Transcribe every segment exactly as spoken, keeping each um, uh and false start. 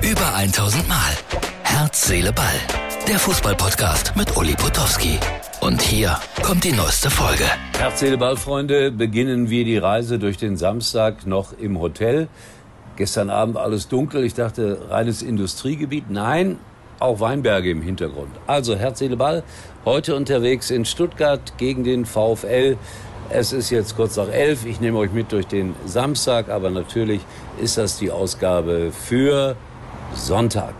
Über tausend Mal. Herz, Seele, Ball. Der Fußballpodcast mit Uli Potowski. Und hier kommt die neueste Folge. Herz, Seele, Ball, Freunde, beginnen wir die Reise durch den Samstag noch im Hotel. Gestern Abend alles dunkel. Ich dachte, reines Industriegebiet. Nein, auch Weinberge im Hintergrund. Also Herz, Seele, Ball. Heute unterwegs in Stuttgart gegen den VfL. Es ist jetzt kurz nach elf. Ich nehme euch mit durch den Samstag. Aber natürlich ist das die Ausgabe für Sonntag.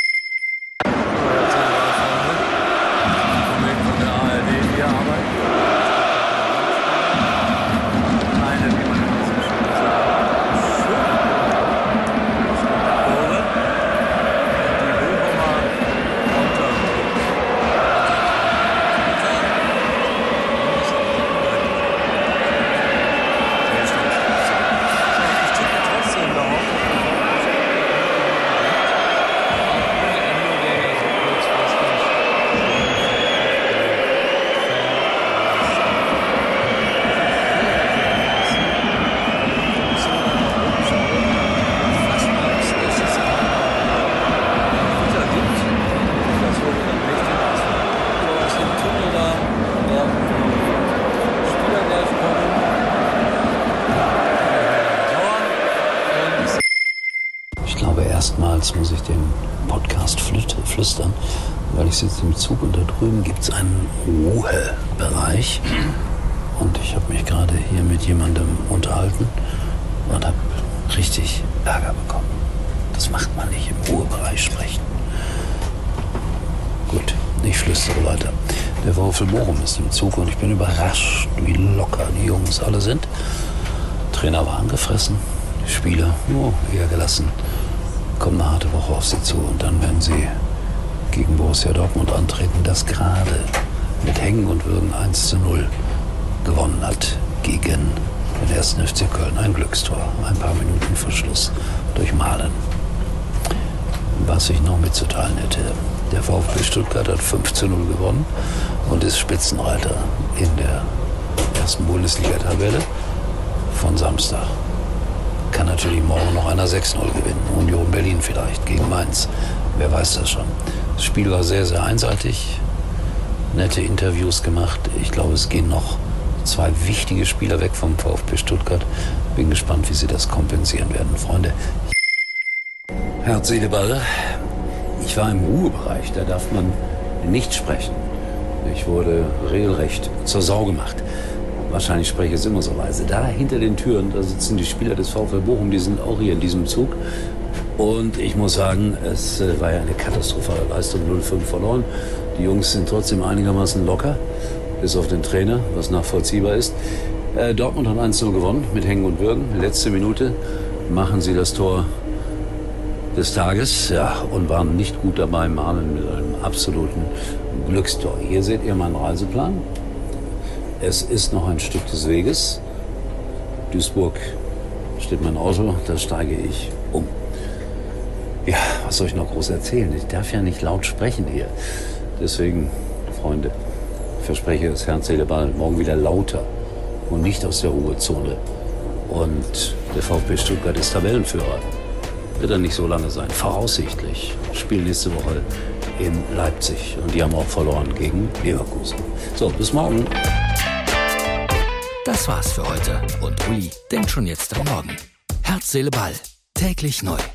Erstmals muss ich den Podcast flüstern, weil ich sitze im Zug und da drüben gibt es einen Ruhebereich. Und ich habe mich gerade hier mit jemandem unterhalten und habe richtig Ärger bekommen. Das macht man nicht im Ruhebereich sprechen. Gut, ich flüstere weiter. Der VfL Bochum ist im Zug und ich bin überrascht, wie locker die Jungs alle sind. Trainer war angefressen, die Spieler oh, eher gelassen. Kommt eine harte Woche auf sie zu und dann werden sie gegen Borussia Dortmund antreten, das gerade mit Hängen und Würgen eins zu null gewonnen hat gegen den ersten F C Köln. Ein Glückstor, ein paar Minuten vor Schluss durch Malen. Was ich noch mitzuteilen hätte, der VfB Stuttgart hat fünf zu null gewonnen und ist Spitzenreiter in der ersten Bundesliga-Tabelle von Samstag. Kann natürlich morgen noch einer sechs null gewinnen. Union Berlin vielleicht gegen Mainz. Wer weiß das schon. Das Spiel war sehr, sehr einseitig. Nette Interviews gemacht. Ich glaube, es gehen noch zwei wichtige Spieler weg vom VfB Stuttgart. Bin gespannt, wie sie das kompensieren werden, Freunde. Herz, Seele, Ball. Ich war im Ruhebereich. Da darf man nicht sprechen. Ich wurde regelrecht zur Sau gemacht. Wahrscheinlich spreche ich es immer so leise. Da hinter den Türen, da sitzen die Spieler des VfL Bochum, die sind auch hier in diesem Zug. Und ich muss sagen, es war ja eine katastrophale Leistung, null fünf verloren. Die Jungs sind trotzdem einigermaßen locker, bis auf den Trainer, was nachvollziehbar ist. Äh, Dortmund hat eins zu null gewonnen mit Hängen und Würgen. Letzte Minute machen sie das Tor des Tages, ja, und waren nicht gut dabei, Malen mit einem absoluten Glückstor. Hier seht ihr meinen Reiseplan. Es ist noch ein Stück des Weges. Duisburg steht mein Auto, da steige ich um. Ja, was soll ich noch groß erzählen? Ich darf ja nicht laut sprechen hier. Deswegen, Freunde, verspreche das Herz, Seele, Ball morgen wieder lauter und nicht aus der Ruhezone. Und der VfB Stuttgart ist Tabellenführer. Wird er nicht so lange sein. Voraussichtlich spielen nächste Woche in Leipzig. Und die haben auch verloren gegen Leverkusen. So, bis morgen. Das war's für heute und Uli denkt schon jetzt am Morgen. Herz, Seele, Ball. Täglich neu.